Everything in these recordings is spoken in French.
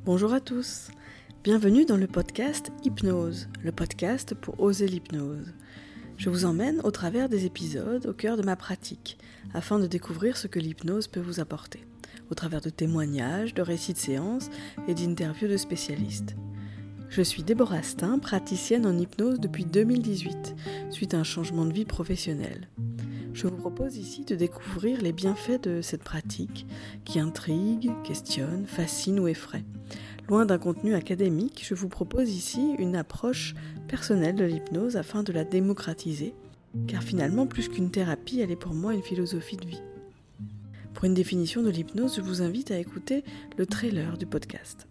Bonjour à tous, bienvenue dans le podcast Hypnose, le podcast pour oser l'hypnose. Je vous emmène au travers des épisodes au cœur de ma pratique, afin de découvrir ce que l'hypnose peut vous apporter, au travers de témoignages, de récits de séances et d'interviews de spécialistes. Je suis Déborah Stein, praticienne en hypnose depuis 2018, suite à un changement de vie professionnelle. Je vous propose ici de découvrir les bienfaits de cette pratique qui intrigue, questionne, fascine ou effraie. Loin d'un contenu académique, je vous propose ici une approche personnelle de l'hypnose afin de la démocratiser, car finalement, plus qu'une thérapie, elle est pour moi une philosophie de vie. Pour une définition de l'hypnose, je vous invite à écouter le trailer du podcast.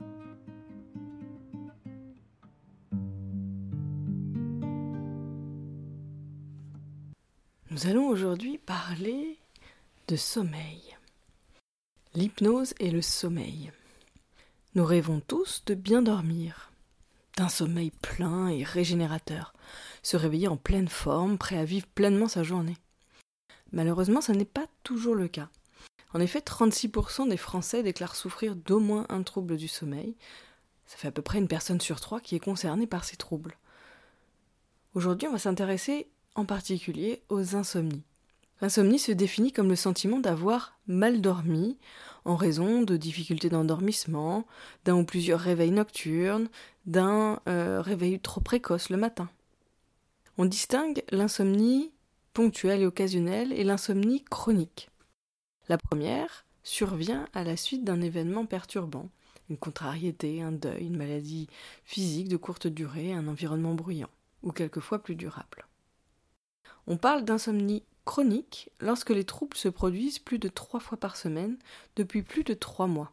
Nous allons aujourd'hui parler de sommeil. L'hypnose et le sommeil. Nous rêvons tous de bien dormir, d'un sommeil plein et régénérateur, se réveiller en pleine forme, prêt à vivre pleinement sa journée. Malheureusement, ça n'est pas toujours le cas. En effet, 36% des Français déclarent souffrir d'au moins un trouble du sommeil. Ça fait à peu près une personne sur 3 qui est concernée par ces troubles. Aujourd'hui, on va s'intéresser en particulier aux insomnies. L'insomnie se définit comme le sentiment d'avoir mal dormi en raison de difficultés d'endormissement, d'un ou plusieurs réveils nocturnes, d'un réveil trop précoce le matin. On distingue l'insomnie ponctuelle et occasionnelle et l'insomnie chronique. La première survient à la suite d'un événement perturbant, une contrariété, un deuil, une maladie physique de courte durée, un environnement bruyant, ou quelquefois plus durable. On parle d'insomnie chronique lorsque les troubles se produisent plus de 3 fois par semaine depuis plus de 3 mois.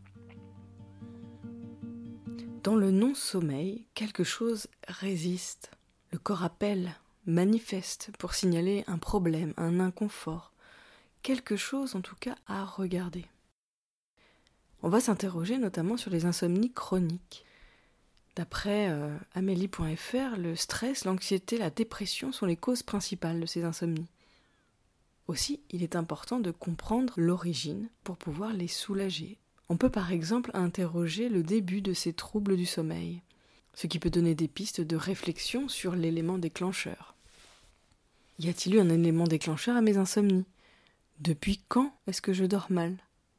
Dans le non-sommeil, quelque chose résiste. Le corps appelle, manifeste pour signaler un problème, un inconfort. Quelque chose en tout cas à regarder. On va s'interroger notamment sur les insomnies chroniques. D'après Amélie.fr, le stress, l'anxiété, la dépression sont les causes principales de ces insomnies. Aussi, il est important de comprendre l'origine pour pouvoir les soulager. On peut par exemple interroger le début de ces troubles du sommeil, ce qui peut donner des pistes de réflexion sur l'élément déclencheur. Y a-t-il eu un élément déclencheur à mes insomnies ? Depuis quand est-ce que je dors mal ?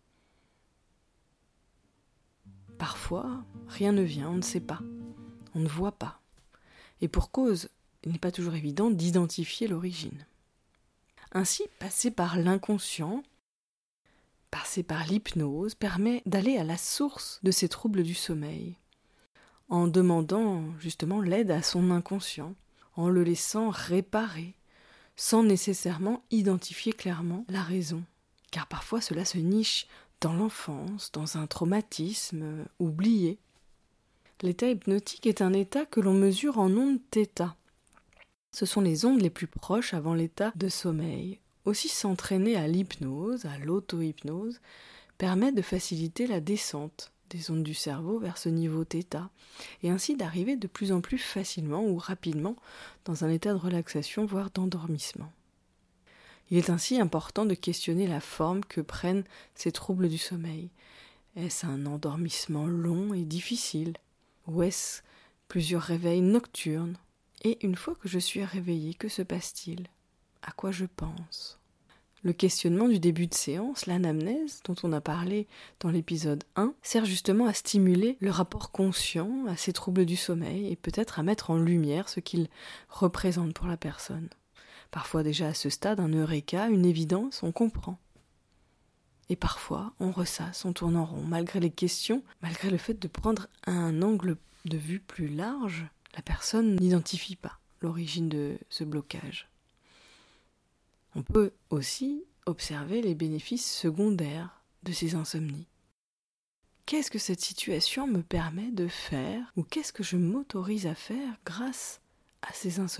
Parfois, rien ne vient, on ne sait pas, on ne voit pas. Et pour cause, il n'est pas toujours évident d'identifier l'origine. Ainsi, passer par l'inconscient, passer par l'hypnose, permet d'aller à la source de ces troubles du sommeil, en demandant justement l'aide à son inconscient, en le laissant réparer, sans nécessairement identifier clairement la raison. Car parfois cela se niche dans l'enfance, dans un traumatisme oublié. L'état hypnotique est un état que l'on mesure en ondes θ. Ce sont les ondes les plus proches avant l'état de sommeil. Aussi s'entraîner à l'hypnose, à l'auto-hypnose, permet de faciliter la descente des ondes du cerveau vers ce niveau θ, et ainsi d'arriver de plus en plus facilement ou rapidement dans un état de relaxation, voire d'endormissement. Il est ainsi important de questionner la forme que prennent ces troubles du sommeil. Est-ce un endormissement long et difficile ? Ou est-ce plusieurs réveils nocturnes ? Et une fois que je suis réveillée, que se passe-t-il ? À quoi je pense ? Le questionnement du début de séance, l'anamnèse, dont on a parlé dans l'épisode 1, sert justement à stimuler le rapport conscient à ces troubles du sommeil et peut-être à mettre en lumière ce qu'ils représentent pour la personne. Parfois déjà à ce stade, un eureka, une évidence, on comprend. Et parfois, on ressasse, on tourne en rond, malgré les questions, malgré le fait de prendre un angle de vue plus large, la personne n'identifie pas l'origine de ce blocage. On peut aussi observer les bénéfices secondaires de ces insomnies. Qu'est-ce que cette situation me permet de faire, ou qu'est-ce que je m'autorise à faire grâce à ces insomnies ?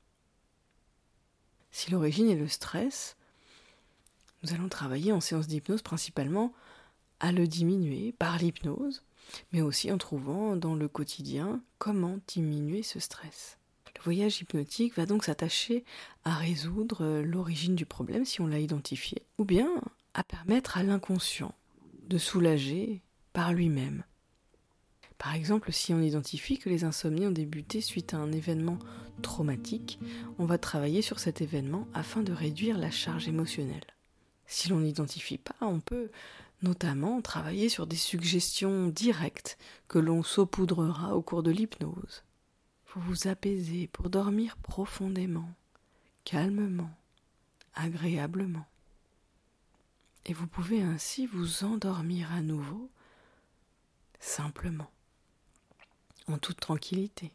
Si l'origine est le stress, nous allons travailler en séance d'hypnose principalement à le diminuer par l'hypnose, mais aussi en trouvant dans le quotidien comment diminuer ce stress. Le voyage hypnotique va donc s'attacher à résoudre l'origine du problème si on l'a identifié, ou bien à permettre à l'inconscient de soulager par lui-même. Par exemple, si on identifie que les insomnies ont débuté suite à un événement traumatique, on va travailler sur cet événement afin de réduire la charge émotionnelle. Si l'on n'identifie pas, on peut notamment travailler sur des suggestions directes que l'on saupoudrera au cours de l'hypnose. Pour vous apaiser, pour dormir profondément, calmement, agréablement. Et vous pouvez ainsi vous endormir à nouveau, simplement, en toute tranquillité.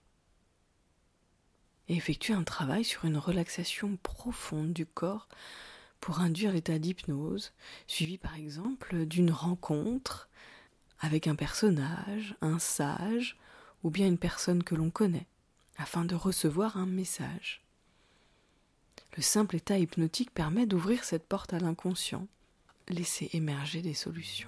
Et effectuer un travail sur une relaxation profonde du corps pour induire l'état d'hypnose, suivi par exemple d'une rencontre avec un personnage, un sage, ou bien une personne que l'on connaît, afin de recevoir un message. Le simple état hypnotique permet d'ouvrir cette porte à l'inconscient, laisser émerger des solutions.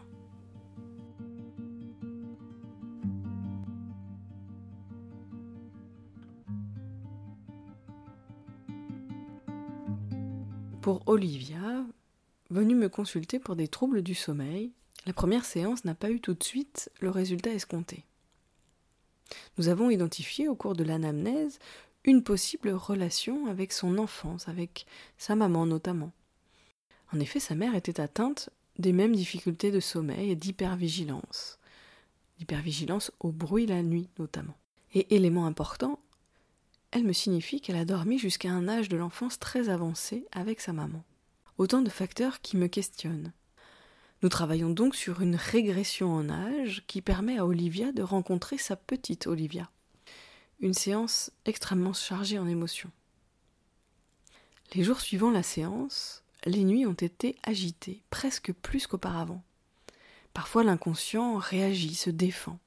Pour Olivia, venue me consulter pour des troubles du sommeil, la première séance n'a pas eu tout de suite le résultat escompté. Nous avons identifié au cours de l'anamnèse une possible relation avec son enfance, avec sa maman notamment. En effet, sa mère était atteinte des mêmes difficultés de sommeil et d'hypervigilance au bruit la nuit notamment. Et élément important, elle me signifie qu'elle a dormi jusqu'à un âge de l'enfance très avancé avec sa maman. Autant de facteurs qui me questionnent. Nous travaillons donc sur une régression en âge qui permet à Olivia de rencontrer sa petite Olivia. Une séance extrêmement chargée en émotions. Les jours suivant la séance, les nuits ont été agitées, presque plus qu'auparavant. Parfois l'inconscient réagit, se défend.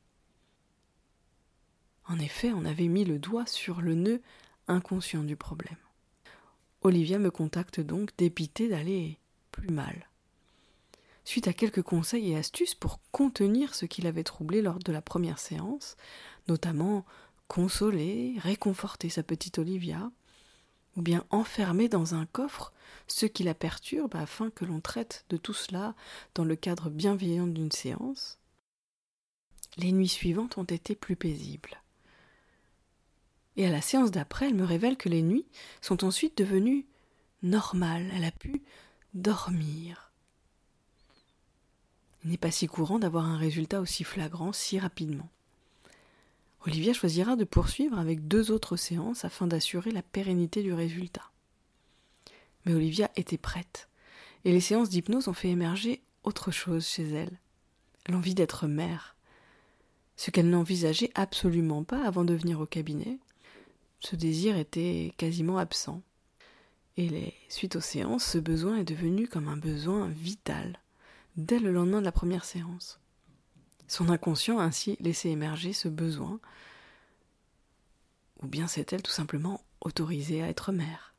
En effet, on avait mis le doigt sur le nœud inconscient du problème. Olivia me contacte donc dépitée d'aller plus mal. Suite à quelques conseils et astuces pour contenir ce qui l'avait troublée lors de la première séance, notamment consoler, réconforter sa petite Olivia, ou bien enfermer dans un coffre ce qui la perturbe afin que l'on traite de tout cela dans le cadre bienveillant d'une séance, les nuits suivantes ont été plus paisibles. Et à la séance d'après, elle me révèle que les nuits sont ensuite devenues normales. Elle a pu dormir. Il n'est pas si courant d'avoir un résultat aussi flagrant si rapidement. Olivia choisira de poursuivre avec 2 autres séances afin d'assurer la pérennité du résultat. Mais Olivia était prête, et les séances d'hypnose ont fait émerger autre chose chez elle, l'envie d'être mère, ce qu'elle n'envisageait absolument pas avant de venir au cabinet. Ce désir était quasiment absent. Et suite aux séances, ce besoin est devenu comme un besoin vital, dès le lendemain de la première séance. Son inconscient a ainsi laissé émerger ce besoin, ou bien s'est-elle tout simplement autorisée à être mère.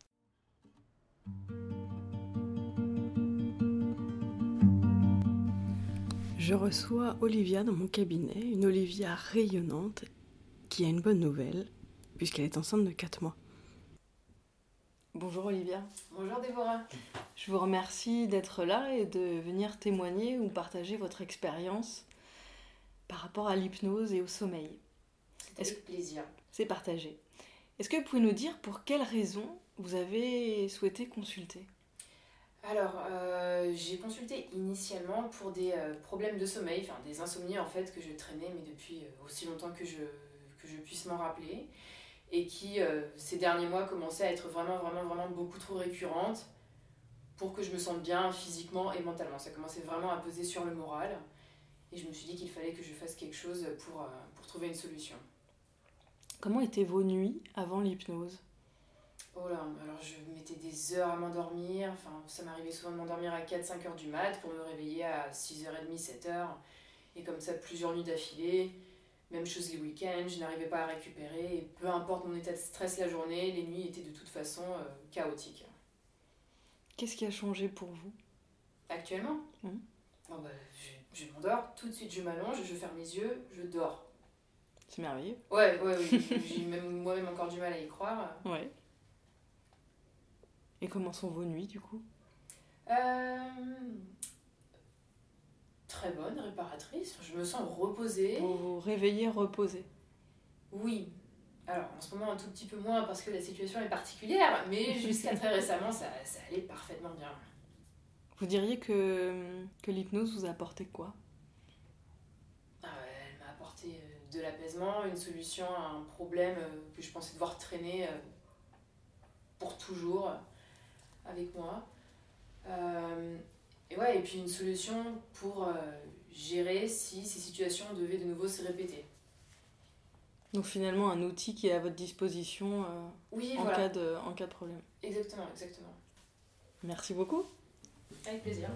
Je reçois Olivia dans mon cabinet, une Olivia rayonnante qui a une bonne nouvelle, puisqu'elle est enceinte de 4 mois. Bonjour Olivia. Bonjour Déborah. Je vous remercie d'être là et de venir témoigner ou partager votre expérience par rapport à l'hypnose et au sommeil. C'est avec plaisir. C'est partagé. Est-ce que vous pouvez nous dire pour quelles raisons vous avez souhaité consulter ? Alors, j'ai consulté initialement pour des problèmes de sommeil, enfin des insomnies en fait que je traînais mais depuis aussi longtemps que je puisse m'en rappeler et qui ces derniers mois commençaient à être vraiment beaucoup trop récurrentes pour que je me sente bien physiquement et mentalement. Ça commençait vraiment à peser sur le moral et je me suis dit qu'il fallait que je fasse quelque chose pour trouver une solution. Comment étaient vos nuits avant l'hypnose ? Oh là, alors je mettais des heures à m'endormir, enfin ça m'arrivait souvent de m'endormir à 4-5 heures du mat pour me réveiller à 6h30, 7h, et comme ça plusieurs nuits d'affilée. Même chose les week-ends, je n'arrivais pas à récupérer, et peu importe mon état de stress la journée, les nuits étaient de toute façon chaotiques. Qu'est-ce qui a changé pour vous ? Actuellement Oh bah, je m'endors, tout de suite je m'allonge, je ferme les yeux, je dors. C'est merveilleux. Ouais, j'ai moi-même encore du mal à y croire. Ouais. Et comment sont vos nuits du coup ? très bonne, réparatrice. Je me sens reposée. Vous vous réveillez reposé. Oui. Alors, en ce moment, un tout petit peu moins parce que la situation est particulière, mais jusqu'à très récemment, ça allait parfaitement bien. Vous diriez que l'hypnose vous a apporté quoi? Elle m'a apporté de l'apaisement, une solution à un problème que je pensais devoir traîner pour toujours avec moi. Et puis une solution pour gérer si ces situations devaient de nouveau se répéter. Donc finalement un outil qui est à votre disposition Oui, en voilà. cas de problème. Exactement. Merci beaucoup. Avec plaisir.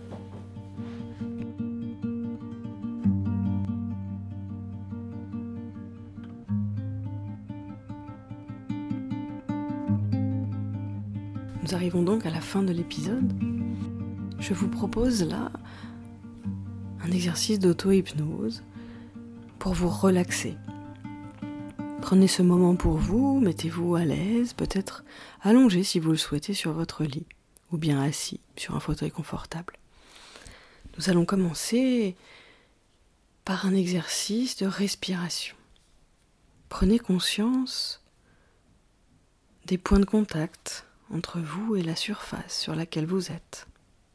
Nous arrivons donc à la fin de l'épisode. Je vous propose là un exercice d'auto-hypnose pour vous relaxer. Prenez ce moment pour vous, mettez-vous à l'aise, peut-être allongé si vous le souhaitez sur votre lit, ou bien assis sur un fauteuil confortable. Nous allons commencer par un exercice de respiration. Prenez conscience des points de contact entre vous et la surface sur laquelle vous êtes.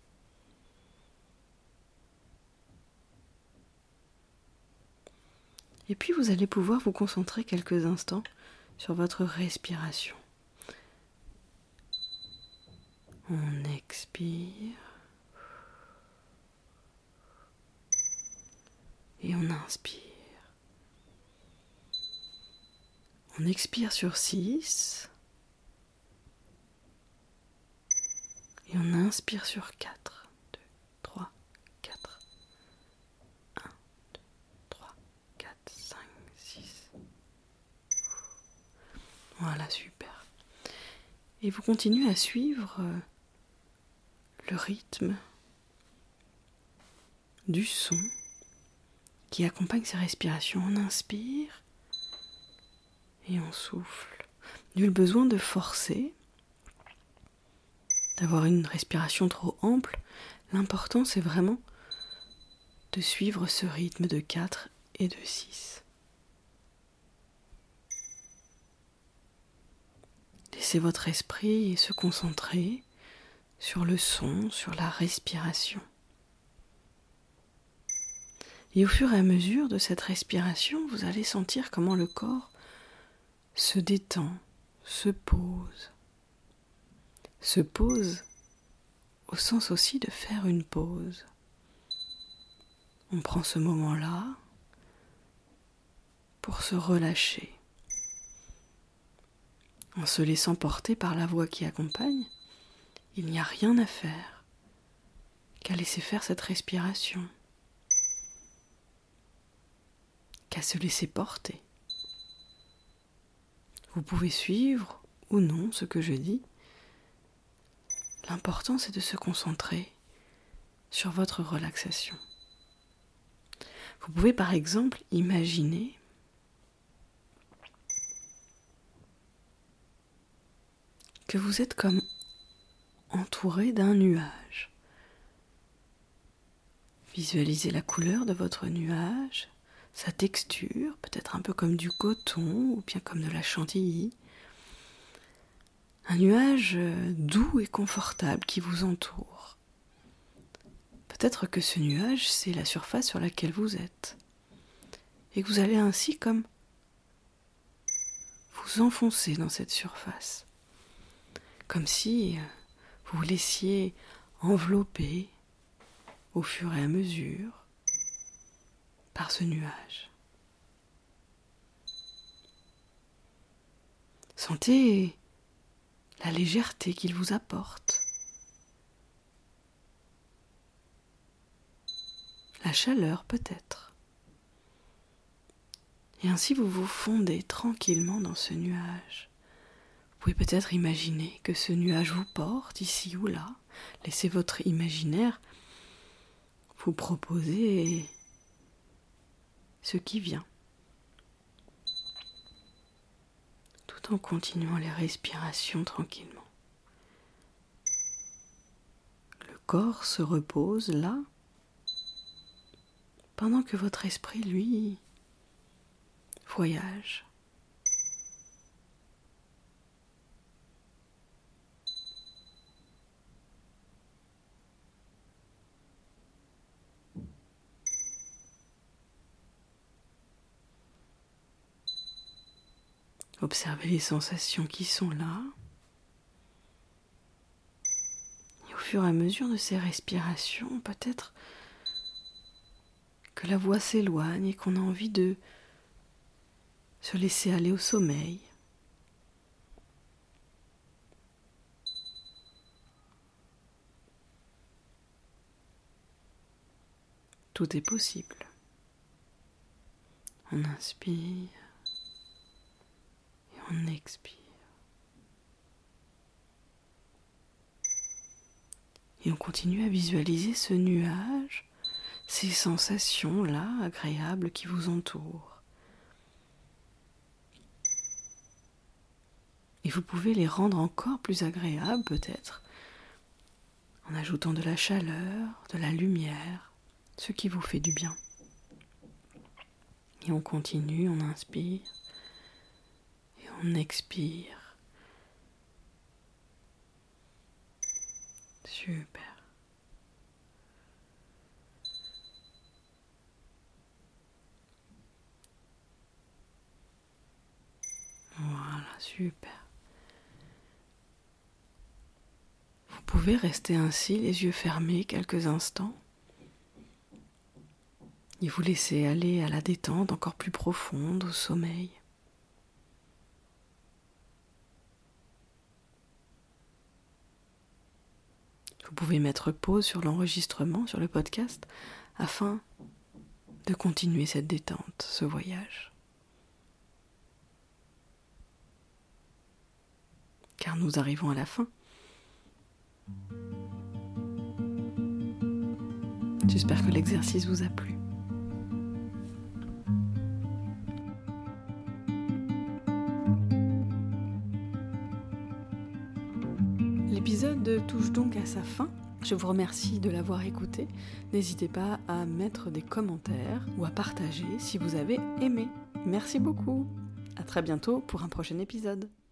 Et puis vous allez pouvoir vous concentrer quelques instants sur votre respiration. On expire et on inspire. On expire sur 6 et on inspire sur 4. 2, 3, 4. 1, 2, 3, 4, 5, 6. Voilà, super. Et vous continuez à suivre le rythme du son qui accompagne ces respirations. On inspire et on souffle. Nul besoin de forcer, d'avoir une respiration trop ample. L'important, c'est vraiment de suivre ce rythme de 4 et de 6. Laissez votre esprit se concentrer sur le son, sur la respiration. Et au fur et à mesure de cette respiration, vous allez sentir comment le corps se détend, se pose. Se pose au sens aussi de faire une pause. On prend ce moment-là pour se relâcher. En se laissant porter par la voix qui accompagne, il n'y a rien à faire qu'à laisser faire cette respiration, qu'à se laisser porter. Vous pouvez suivre ou non ce que je dis. L'important, c'est de se concentrer sur votre relaxation. Vous pouvez par exemple imaginer que vous êtes comme entouré d'un nuage. Visualisez la couleur de votre nuage, sa texture, peut-être un peu comme du coton ou bien comme de la chantilly. Un nuage doux et confortable qui vous entoure. Peut-être que ce nuage, c'est la surface sur laquelle vous êtes. Et que vous allez ainsi comme vous enfoncer dans cette surface. Comme si vous vous laissiez envelopper au fur et à mesure par ce nuage. Sentez la légèreté qu'il vous apporte, la chaleur peut-être. Et ainsi vous vous fondez tranquillement dans ce nuage. Vous pouvez peut-être imaginer que ce nuage vous porte ici ou là. Laissez votre imaginaire vous proposer ce qui vient, tout en continuant les respirations tranquillement. Le corps se repose là, pendant que votre esprit, lui, voyage. Observez les sensations qui sont là. Et au fur et à mesure de ces respirations, peut-être que la voix s'éloigne et qu'on a envie de se laisser aller au sommeil. Tout est possible. On inspire et on expire. Et on continue à visualiser ce nuage, ces sensations-là agréables qui vous entourent. Et vous pouvez les rendre encore plus agréables peut-être en ajoutant de la chaleur, de la lumière, ce qui vous fait du bien. Et on continue, on inspire et on expire. Super. Voilà, super. Vous pouvez rester ainsi, les yeux fermés, quelques instants. Et vous laisser aller à la détente encore plus profonde, au sommeil. Vous pouvez mettre pause sur l'enregistrement, sur le podcast, afin de continuer cette détente, ce voyage. Car nous arrivons à la fin. J'espère que l'exercice vous a plu. L'épisode touche donc à sa fin. Je vous remercie de l'avoir écouté. N'hésitez pas à mettre des commentaires ou à partager si vous avez aimé. Merci beaucoup. À très bientôt pour un prochain épisode.